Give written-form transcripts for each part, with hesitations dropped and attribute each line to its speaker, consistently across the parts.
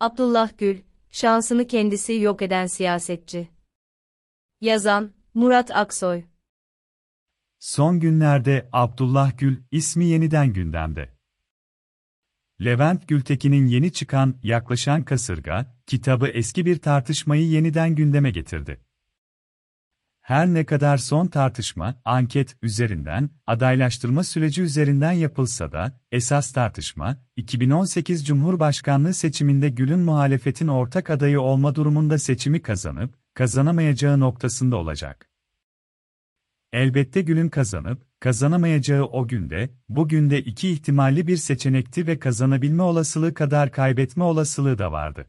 Speaker 1: Abdullah Gül, şansını kendisi yok eden siyasetçi. Yazan, Murat Aksoy.
Speaker 2: Son günlerde Abdullah Gül ismi yeniden gündemde. Levent Gültekin'in yeni çıkan Yaklaşan Kasırga kitabı eski bir tartışmayı yeniden gündeme getirdi. Her ne kadar son tartışma, anket üzerinden, adaylaştırma süreci üzerinden yapılsa da, esas tartışma, 2018 Cumhurbaşkanlığı seçiminde Gül'ün muhalefetin ortak adayı olma durumunda seçimi kazanıp, kazanamayacağı noktasında olacak. Elbette Gül'ün kazanıp, kazanamayacağı o günde, bugün de iki ihtimalli bir seçenekti ve kazanabilme olasılığı kadar kaybetme olasılığı da vardı.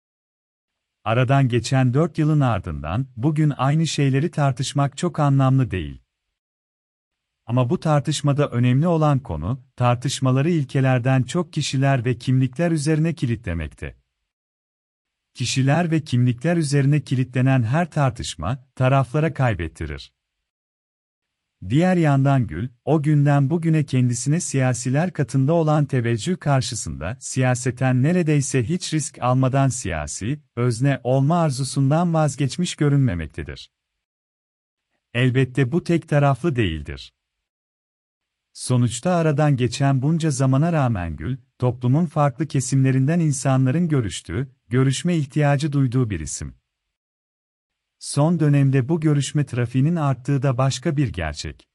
Speaker 2: Aradan geçen 4 yılın ardından, bugün aynı şeyleri tartışmak çok anlamlı değil. Ama bu tartışmada önemli olan konu, tartışmaları ilkelerden çok kişiler ve kimlikler üzerine kilitlemekte. Kişiler ve kimlikler üzerine kilitlenen her tartışma, taraflara kaybettirir. Diğer yandan Gül, o günden bugüne kendisine siyasiler katında olan teveccüh karşısında siyaseten neredeyse hiç risk almadan siyasi, özne olma arzusundan vazgeçmiş görünmemektedir. Elbette bu tek taraflı değildir. Sonuçta aradan geçen bunca zamana rağmen Gül, toplumun farklı kesimlerinden insanların görüşme ihtiyacı duyduğu bir isim. Son dönemde bu görüşme trafiğinin arttığı da başka bir gerçek.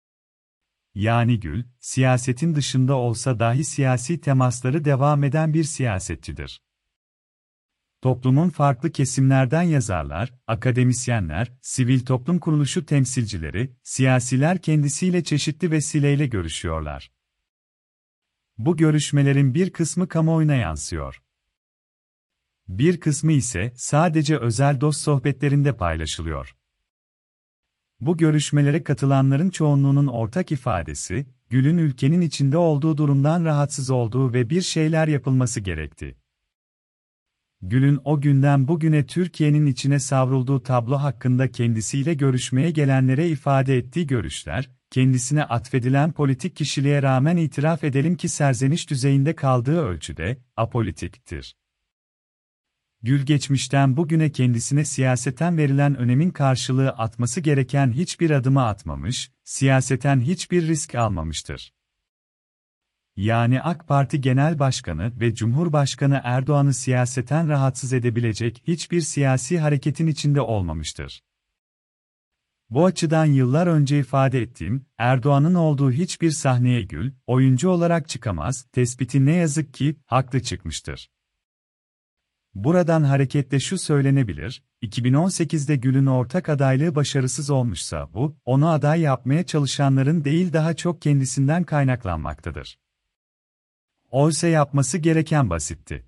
Speaker 2: Yani Gül, siyasetin dışında olsa dahi siyasi temasları devam eden bir siyasetçidir. Toplumun farklı kesimlerden yazarlar, akademisyenler, sivil toplum kuruluşu temsilcileri, siyasiler kendisiyle çeşitli vesileyle görüşüyorlar. Bu görüşmelerin bir kısmı kamuoyuna yansıyor. Bir kısmı ise sadece özel dost sohbetlerinde paylaşılıyor. Bu görüşmelere katılanların çoğunluğunun ortak ifadesi, Gül'ün ülkenin içinde olduğu durumdan rahatsız olduğu ve bir şeyler yapılması gerekti. Gül'ün o günden bugüne Türkiye'nin içine savrulduğu tablo hakkında kendisiyle görüşmeye gelenlere ifade ettiği görüşler, kendisine atfedilen politik kişiliğe rağmen itiraf edelim ki serzeniş düzeyinde kaldığı ölçüde apolitiktir. Gül geçmişten bugüne kendisine siyaseten verilen önemin karşılığı atması gereken hiçbir adımı atmamış, siyaseten hiçbir risk almamıştır. Yani AK Parti Genel Başkanı ve Cumhurbaşkanı Erdoğan'ı siyaseten rahatsız edebilecek hiçbir siyasi hareketin içinde olmamıştır. Bu açıdan yıllar önce ifade ettiğim, Erdoğan'ın olduğu hiçbir sahneye Gül, oyuncu olarak çıkamaz, tespiti ne yazık ki, haklı çıkmıştır. Buradan hareketle şu söylenebilir, 2018'de Gül'ün ortak adaylığı başarısız olmuşsa bu, onu aday yapmaya çalışanların değil daha çok kendisinden kaynaklanmaktadır. Oysa yapması gereken basitti.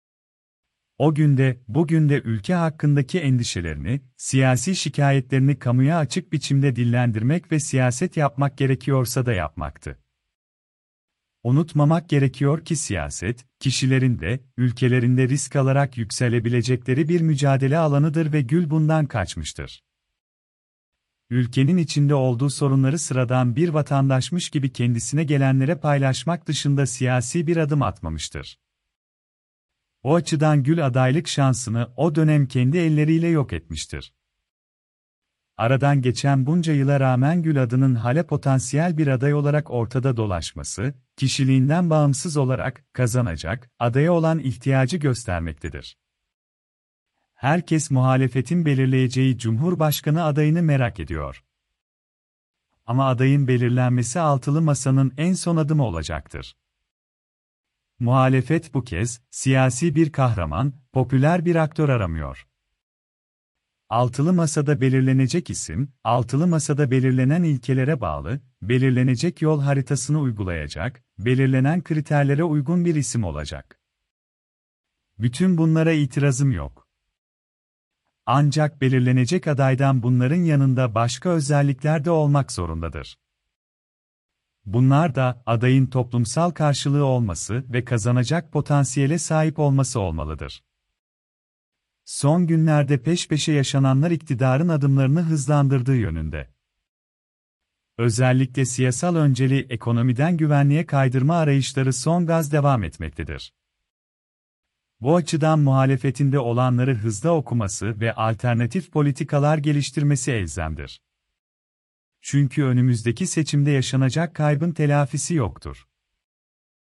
Speaker 2: O günde, bugün de ülke hakkındaki endişelerini, siyasi şikayetlerini kamuya açık biçimde dillendirmek ve siyaset yapmak gerekiyorsa da yapmaktı. Unutmamak gerekiyor ki siyaset, kişilerin de, ülkelerinde risk alarak yükselebilecekleri bir mücadele alanıdır ve Gül bundan kaçmıştır. Ülkenin içinde olduğu sorunları sıradan bir vatandaşmış gibi kendisine gelenlere paylaşmak dışında siyasi bir adım atmamıştır. O açıdan Gül adaylık şansını o dönem kendi elleriyle yok etmiştir. Aradan geçen bunca yıla rağmen Gül adının hala potansiyel bir aday olarak ortada dolaşması, kişiliğinden bağımsız olarak kazanacak adaya olan ihtiyacı göstermektedir. Herkes muhalefetin belirleyeceği Cumhurbaşkanı adayını merak ediyor. Ama adayın belirlenmesi altılı masanın en son adımı olacaktır. Muhalefet bu kez siyasi bir kahraman, popüler bir aktör aramıyor. Altılı masada belirlenecek isim, altılı masada belirlenen ilkelere bağlı, belirlenecek yol haritasını uygulayacak, belirlenen kriterlere uygun bir isim olacak. Bütün bunlara itirazım yok. Ancak belirlenecek adaydan bunların yanında başka özellikler de olmak zorundadır. Bunlar da adayın toplumsal karşılığı olması ve kazanacak potansiyele sahip olması olmalıdır. Son günlerde peş peşe yaşananlar iktidarın adımlarını hızlandırdığı yönünde. Özellikle siyasal önceliği ekonomiden güvenliğe kaydırma arayışları son gaz devam etmektedir. Bu açıdan muhalefetinde olanları hızla okuması ve alternatif politikalar geliştirmesi elzemdir. Çünkü önümüzdeki seçimde yaşanacak kaybın telafisi yoktur.